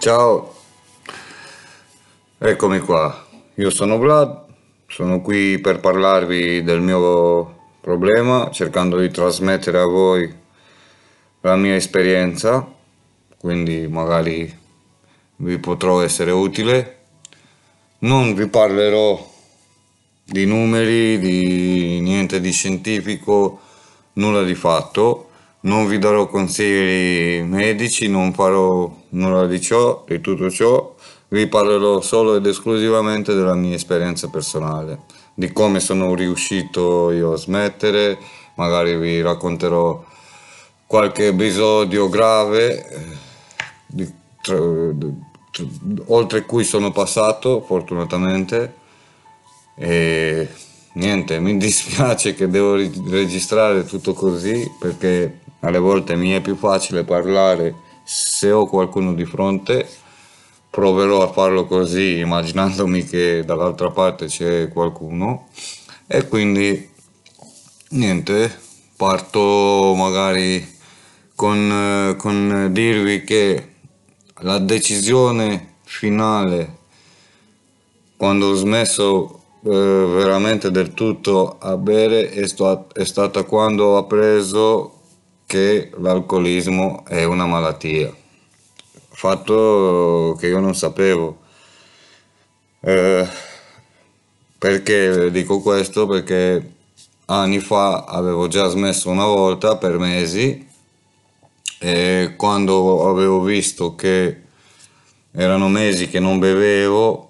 Ciao, eccomi qua. Io sono Vlad, sono qui per parlarvi del mio problema, cercando di trasmettere a voi la mia esperienza, quindi magari vi potrò essere utile. Non vi parlerò di numeri, di niente di scientifico, nulla di fatto. Non vi darò consigli medici, non farò nulla di ciò, di tutto ciò. Vi parlerò solo ed esclusivamente della mia esperienza personale, di come sono riuscito io a smettere. Magari vi racconterò qualche episodio grave, di- tra- tra- oltre cui sono passato, fortunatamente. E niente, mi dispiace che devo registrare tutto così perché alle volte mi è più facile parlare se ho qualcuno di fronte. Proverò a farlo così, immaginandomi che dall'altra parte c'è qualcuno. E quindi niente, parto magari con dirvi che la decisione finale quando ho smesso veramente del tutto a bere è stata quando ho appreso che l'alcolismo è una malattia, fatto che io non sapevo. Eh, perché dico questo? Perché anni fa avevo già smesso una volta per mesi e quando avevo visto che erano mesi che non bevevo,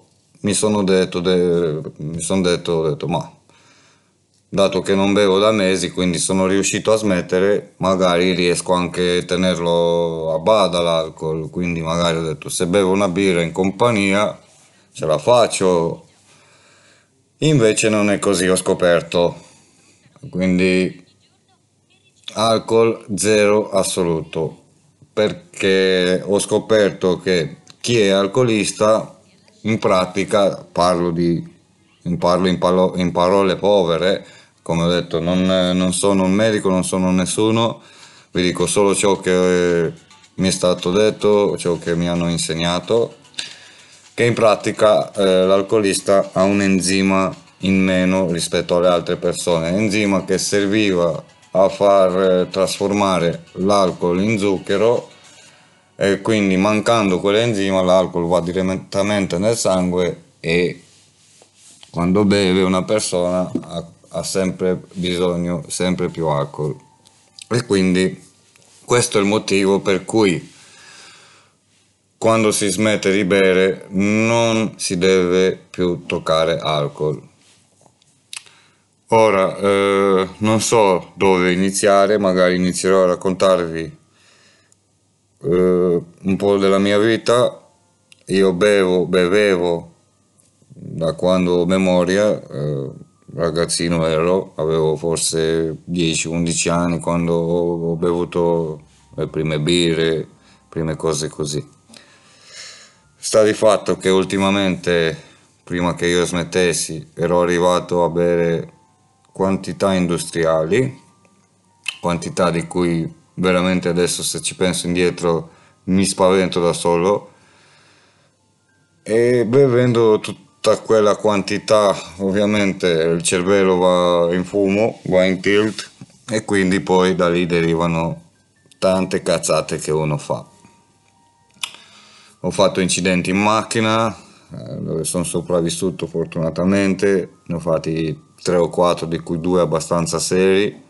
ho detto, ma dato che non bevo da mesi, quindi sono riuscito a smettere, magari riesco anche a tenerlo a bada l'alcol, quindi magari ho detto, se bevo una birra in compagnia, ce la faccio. Invece non è così, ho scoperto. Quindi alcol zero assoluto, perché ho scoperto che chi è alcolista in pratica in parole povere, come ho detto, non sono un medico, non sono nessuno, vi dico solo ciò che mi è stato detto, ciò che mi hanno insegnato, che in pratica l'alcolista ha un enzima in meno rispetto alle altre persone, enzima che serviva a far trasformare l'alcol in zucchero e quindi mancando quell'enzima l'alcol va direttamente nel sangue e quando beve una persona ha sempre bisogno sempre più alcol e quindi questo è il motivo per cui quando si smette di bere non si deve più toccare alcol. Ora, non so dove iniziare, magari inizierò a raccontarvi un po' della mia vita. Io bevevo da quando ho memoria, ragazzino ero, avevo forse 10-11 anni quando ho bevuto le prime birre, prime cose così. Sta di fatto che ultimamente, prima che io smettessi, ero arrivato a bere quantità industriali, quantità di cui veramente adesso se ci penso indietro mi spavento da solo e bevendo tutta quella quantità ovviamente il cervello va in fumo, va in tilt e quindi poi da lì derivano tante cazzate che uno fa. Ho fatto incidenti in macchina, dove sono sopravvissuto fortunatamente, ne ho fatti 3 o 4 di cui 2 abbastanza seri.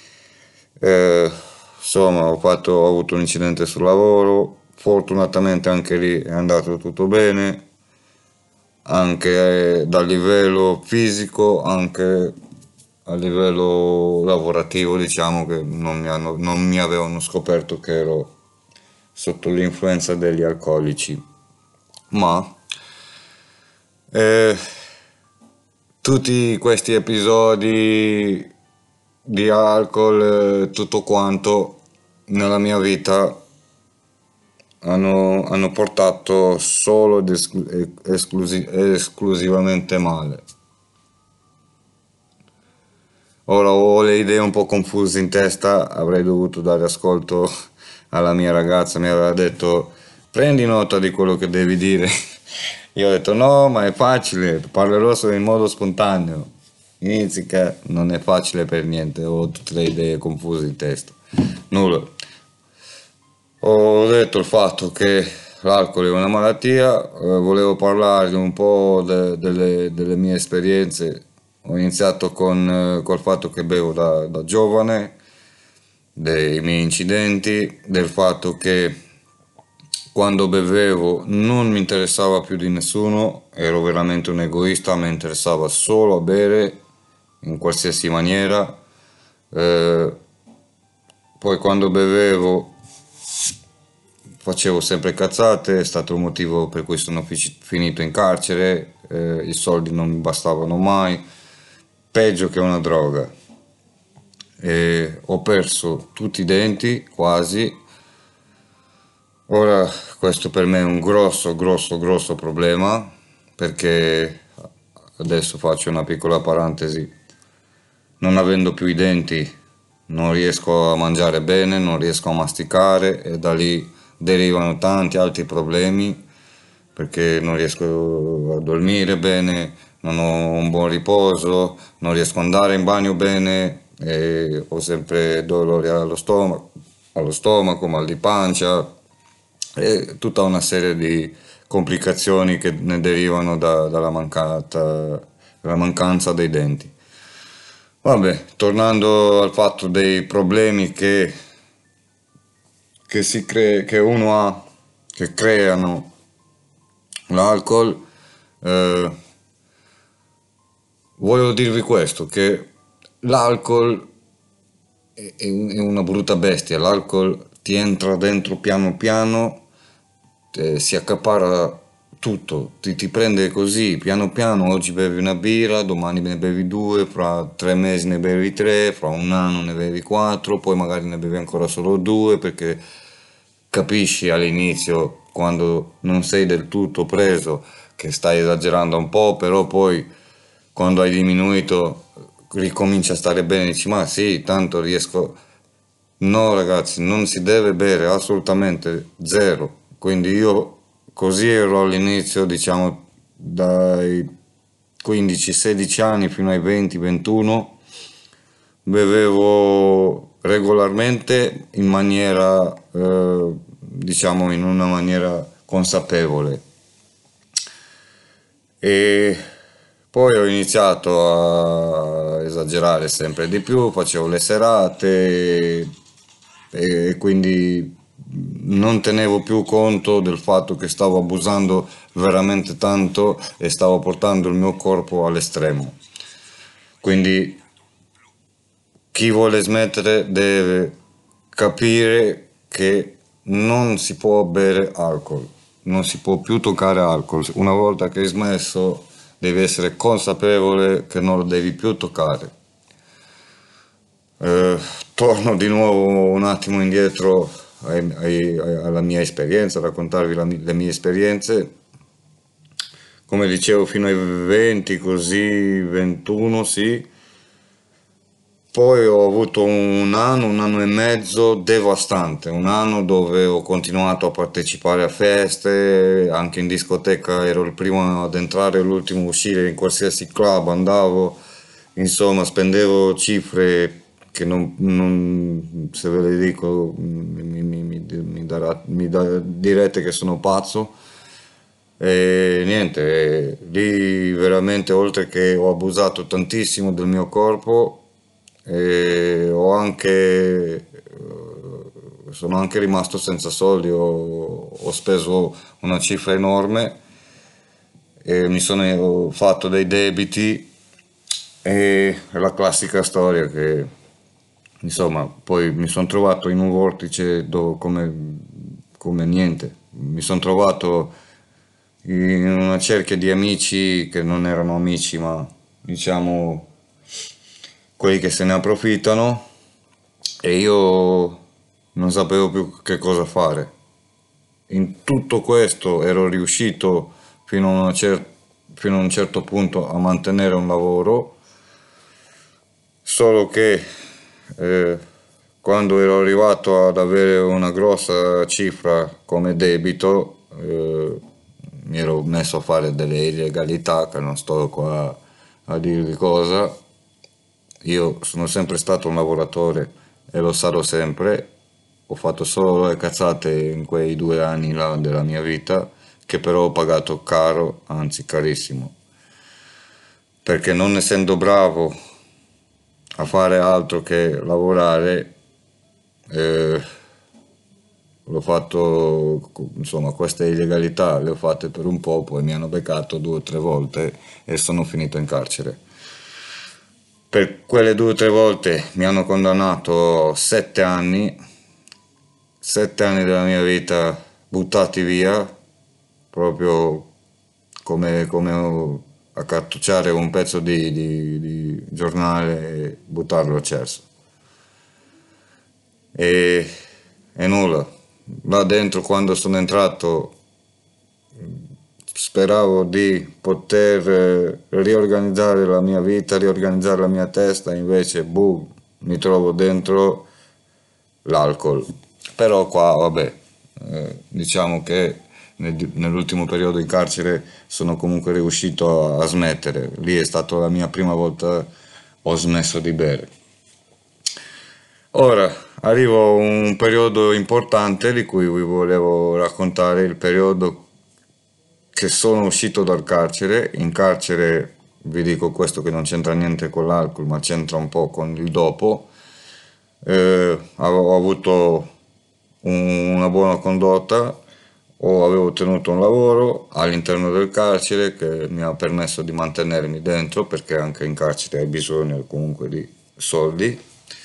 Insomma, ho avuto un incidente sul lavoro, fortunatamente anche lì è andato tutto bene, anche dal livello fisico, anche a livello lavorativo, diciamo che non mi avevano scoperto che ero sotto l'influenza degli alcolici, ma eh, tutti questi episodi di alcol, tutto quanto nella mia vita hanno portato solo ed esclusivamente male. Ora ho le idee un po' confuse in testa, avrei dovuto dare ascolto alla mia ragazza, mi aveva detto prendi nota di quello che devi dire. Io ho detto no, ma è facile, parlerò solo in modo spontaneo. Inizi che non è facile per niente, ho tutte le idee confuse in testa. Nulla. Ho detto il fatto che l'alcol è una malattia, volevo parlarvi un po' delle mie esperienze. Ho iniziato col fatto che bevo da giovane, dei miei incidenti, del fatto che quando bevevo non mi interessava più di nessuno, ero veramente un egoista, mi interessava solo a bere in qualsiasi maniera. Eh, Poi quando bevevo facevo sempre cazzate, è stato il motivo per cui sono finito in carcere, i soldi non mi bastavano mai, peggio che una droga. E ho perso tutti i denti, quasi. Ora questo per me è un grosso problema, perché adesso faccio una piccola parentesi, non avendo più i denti non riesco a mangiare bene, non riesco a masticare e da lì derivano tanti altri problemi perché non riesco a dormire bene, non ho un buon riposo, non riesco ad andare in bagno bene, e ho sempre dolori allo stomaco, mal di pancia e tutta una serie di complicazioni che ne derivano dalla mancanza dei denti. Vabbè, tornando al fatto dei problemi che uno ha, che creano l'alcol, eh, voglio dirvi questo, che l'alcol è una brutta bestia, l'alcol ti entra dentro piano piano, si accapara tutto, ti prende così piano piano, oggi bevi una birra, domani ne bevi due, fra 3 mesi ne bevi tre, fra un anno ne bevi quattro, poi magari ne bevi ancora solo due perché capisci all'inizio quando non sei del tutto preso che stai esagerando un po', però poi quando hai diminuito ricominci a stare bene, dici ma sì, tanto riesco. No ragazzi, non si deve bere assolutamente zero. Quindi io così ero all'inizio, diciamo dai 15-16 anni fino ai 20-21, bevevo regolarmente in maniera, diciamo in una maniera consapevole. E poi ho iniziato a esagerare sempre di più, facevo le serate e quindi non tenevo più conto del fatto che stavo abusando veramente tanto e stavo portando il mio corpo all'estremo. Quindi chi vuole smettere deve capire che non si può bere alcol, non si può più toccare alcol. Una volta che hai smesso, devi essere consapevole che non lo devi più toccare. Eh, Torno di nuovo un attimo indietro alla mia esperienza, a raccontarvi le mie esperienze. Come dicevo, fino ai 20, così 21, sì. Poi ho avuto un anno e mezzo devastante, un anno dove ho continuato a partecipare a feste, anche in discoteca ero il primo ad entrare e l'ultimo a uscire, in qualsiasi club andavo, insomma spendevo cifre che se ve le dico direte che sono pazzo. E niente, lì veramente oltre che ho abusato tantissimo del mio corpo, ho anche, sono anche rimasto senza soldi, ho speso una cifra enorme e mi sono fatto dei debiti e è la classica storia che insomma poi mi sono trovato in un vortice come niente, mi sono trovato in una cerchia di amici che non erano amici ma diciamo quelli che se ne approfittano e io non sapevo più che cosa fare. In tutto questo ero riuscito fino a un certo punto a mantenere un lavoro, solo che eh, quando ero arrivato ad avere una grossa cifra come debito, mi ero messo a fare delle illegalità, che non sto qua a dirvi cosa. Io sono sempre stato un lavoratore e lo sarò sempre. Ho fatto solo le cazzate in quei 2 anni là della mia vita, che però ho pagato caro, anzi carissimo, perché non essendo bravo a fare altro che lavorare, eh, l'ho fatto, insomma, queste illegalità le ho fatte per un po', poi mi hanno beccato 2 o 3 volte e sono finito in carcere. Per quelle 2 o 3 volte mi hanno condannato 7 anni, 7 anni della mia vita buttati via, proprio come accartocciare un pezzo di giornale e buttarlo a cesso. E, e nulla, là dentro quando sono entrato speravo di poter riorganizzare la mia vita, riorganizzare la mia testa, invece boom, mi trovo dentro l'alcol. Però qua, vabbè, diciamo che nell'ultimo periodo in carcere sono comunque riuscito a smettere. Lì è stata la mia prima volta ho smesso di bere. Ora arrivo a un periodo importante di cui vi volevo raccontare, il periodo che sono uscito dal carcere. In carcere vi dico questo che non c'entra niente con l'alcol, ma c'entra un po' con il dopo. Ho avuto una buona condotta, avevo ottenuto un lavoro all'interno del carcere che mi ha permesso di mantenermi dentro, perché anche in carcere hai bisogno comunque di soldi.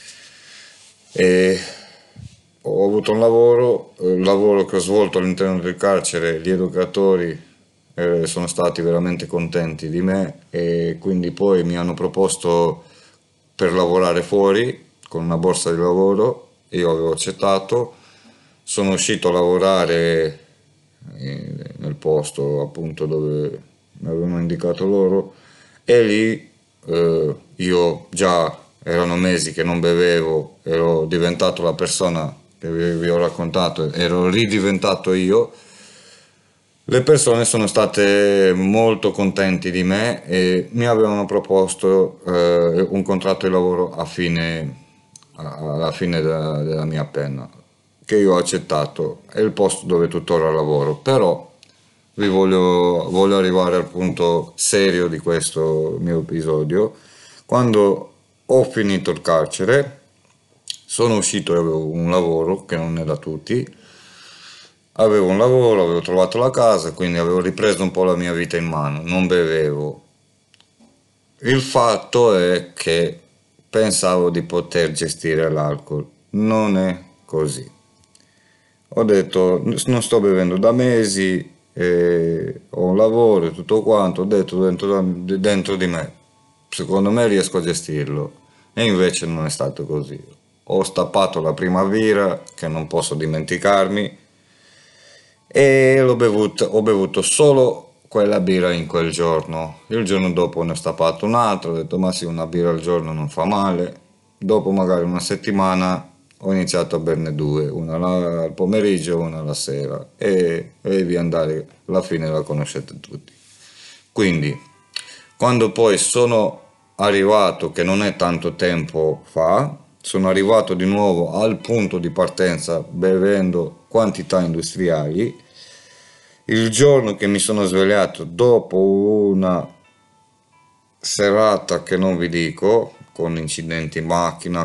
E ho avuto un lavoro che ho svolto all'interno del carcere, gli educatori sono stati veramente contenti di me e quindi poi mi hanno proposto per lavorare fuori con una borsa di lavoro, io avevo accettato, sono uscito a lavorare nel posto appunto dove mi avevano indicato loro e lì io già erano mesi che non bevevo, ero diventato la persona che vi ho raccontato, ero ridiventato io. Le persone sono state molto contenti di me e mi avevano proposto un contratto di lavoro alla fine della mia penna, che io ho accettato, è il posto dove tuttora lavoro, però voglio arrivare al punto serio di questo mio episodio. Quando ho finito il carcere, sono uscito e avevo un lavoro che non è da tutti. Avevo un lavoro, avevo trovato la casa, quindi avevo ripreso un po' la mia vita in mano, non bevevo. Il fatto è che pensavo di poter gestire l'alcol, non è così. Ho detto, non sto bevendo da mesi, ho un lavoro e tutto quanto, ho detto dentro di me, secondo me riesco a gestirlo. E invece non è stato così. Ho stappato la prima birra, che non posso dimenticarmi, e ho bevuto solo quella birra in quel giorno. Il giorno dopo ne ho stappato un'altra, ho detto ma sì, una birra al giorno non fa male. Dopo magari una settimana ho iniziato a berne due, una al pomeriggio e una alla sera e via andare, alla fine la conoscete tutti. Quindi, quando poi sono arrivato, che non è tanto tempo fa, sono arrivato di nuovo al punto di partenza bevendo quantità industriali. Il giorno che mi sono svegliato dopo una serata che non vi dico, con incidenti in macchina,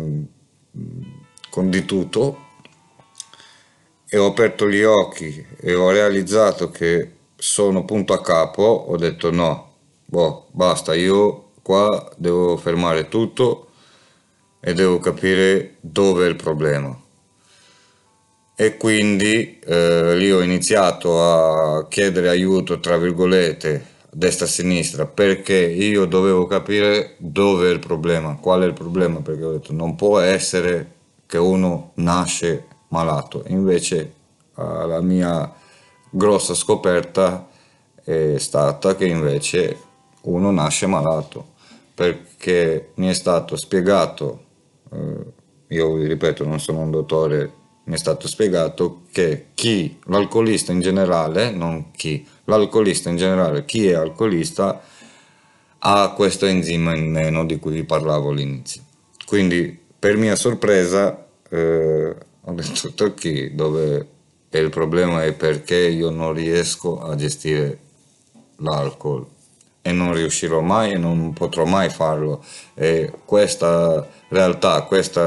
con di tutto, e ho aperto gli occhi e ho realizzato che sono punto a capo, ho detto no, boh, basta, io qua devo fermare tutto e devo capire dove è il problema. E quindi lì ho iniziato a chiedere aiuto, tra virgolette, a destra e a sinistra, perché io dovevo capire dove è il problema, qual è il problema, perché ho detto non può essere che uno nasce malato. Invece la mia grossa scoperta è stata che invece uno nasce malato, perché mi è stato spiegato io vi ripeto, non sono un dottore, mi è stato spiegato che l'alcolista in generale, l'alcolista in generale, chi è alcolista ha questo enzima in meno di cui vi parlavo all'inizio. Quindi, per mia sorpresa, ho detto tocchi dove il problema è perché io non riesco a gestire l'alcol e non riuscirò mai e non potrò mai farlo. E questa realtà,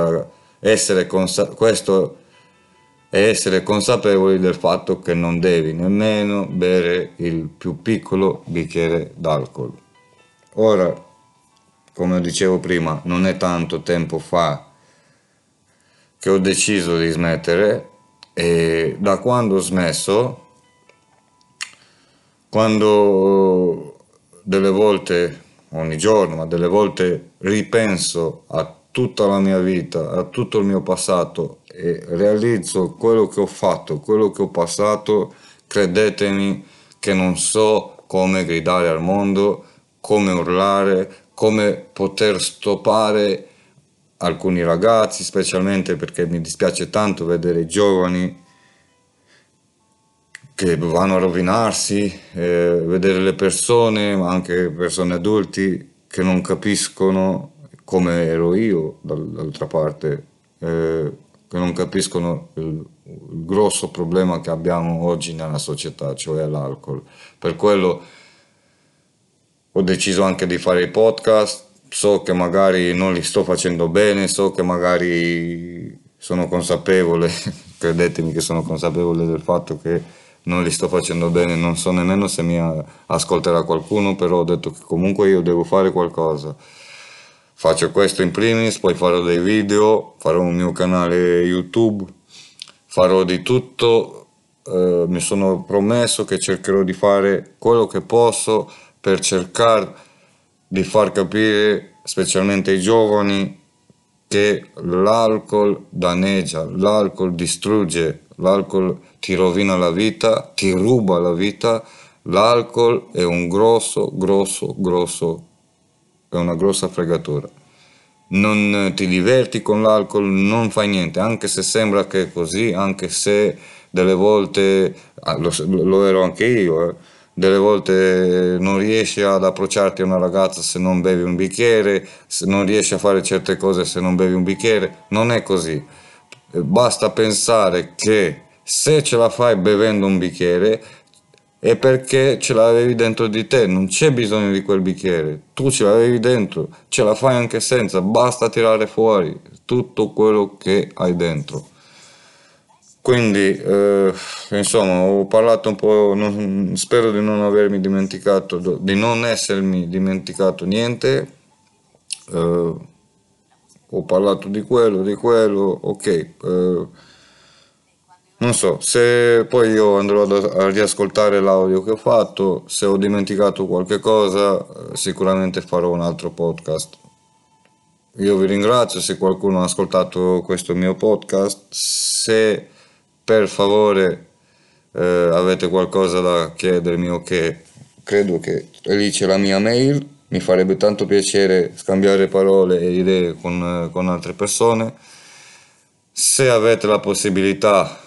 questo è essere consapevoli del fatto che non devi nemmeno bere il più piccolo bicchiere d'alcol. Ora, come dicevo prima, non è tanto tempo fa che ho deciso di smettere e da quando ho smesso, quando delle volte, ogni giorno, ma delle volte ripenso a tutta la mia vita, a tutto il mio passato e realizzo quello che ho fatto, quello che ho passato, credetemi che non so come gridare al mondo, come urlare, come poter stoppare alcuni ragazzi, specialmente perché mi dispiace tanto vedere i giovani che vanno a rovinarsi, vedere le persone, ma anche persone adulti che non capiscono come ero io dall'altra parte, che non capiscono il grosso problema che abbiamo oggi nella società, cioè l'alcol. Per quello ho deciso anche di fare i podcast, so che magari non li sto facendo bene, so che magari sono consapevole, credetemi che sono consapevole del fatto che non li sto facendo bene, non so nemmeno se mi ascolterà qualcuno, però ho detto che comunque io devo fare qualcosa. Faccio questo in primis, poi farò dei video, farò un mio canale YouTube, farò di tutto, mi sono promesso che cercherò di fare quello che posso per cercare di far capire, specialmente ai giovani, che l'alcol danneggia, l'alcol distrugge, l'alcol ti rovina la vita, ti ruba la vita, l'alcol è un è una grossa fregatura. Non ti diverti con l'alcol, non fai niente, anche se sembra che è così, anche se delle volte, lo ero anche io, delle volte non riesci ad approcciarti a una ragazza se non bevi un bicchiere, se non riesci a fare certe cose se non bevi un bicchiere, non è così. Basta pensare che se ce la fai bevendo un bicchiere è perché ce l'avevi dentro di te, non c'è bisogno di quel bicchiere, tu ce l'avevi dentro, ce la fai anche senza, basta tirare fuori tutto quello che hai dentro. Quindi, insomma, ho parlato un po', spero di non avermi dimenticato, di non essermi dimenticato niente. Ho parlato di quello, ok. Non so, se poi io andrò a riascoltare l'audio che ho fatto, se ho dimenticato qualche cosa, sicuramente farò un altro podcast. Io vi ringrazio se qualcuno ha ascoltato questo mio podcast, se per favore avete qualcosa da chiedermi o che credo che lì c'è la mia mail, mi farebbe tanto piacere scambiare parole e idee con altre persone. Se avete la possibilità,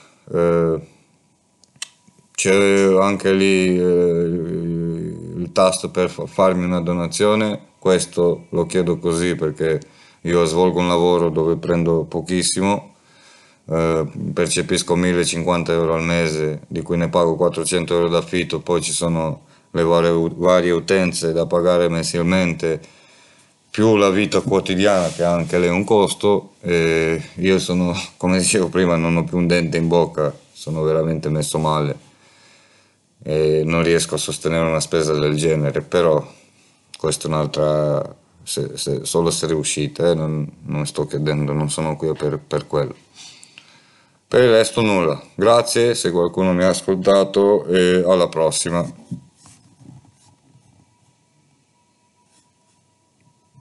c'è anche lì il tasto per farmi una donazione, questo lo chiedo così perché io svolgo un lavoro dove prendo pochissimo, percepisco 1050 euro al mese, di cui ne pago 400 euro d'affitto, poi ci sono le varie utenze da pagare mensilmente, più la vita quotidiana che ha anche lei un costo, e io sono, come dicevo prima, non ho più un dente in bocca, sono veramente messo male e non riesco a sostenere una spesa del genere, però questa è un'altra, solo se riuscite, non sto chiedendo, non sono qui per quello. Per il resto nulla, grazie se qualcuno mi ha ascoltato e alla prossima.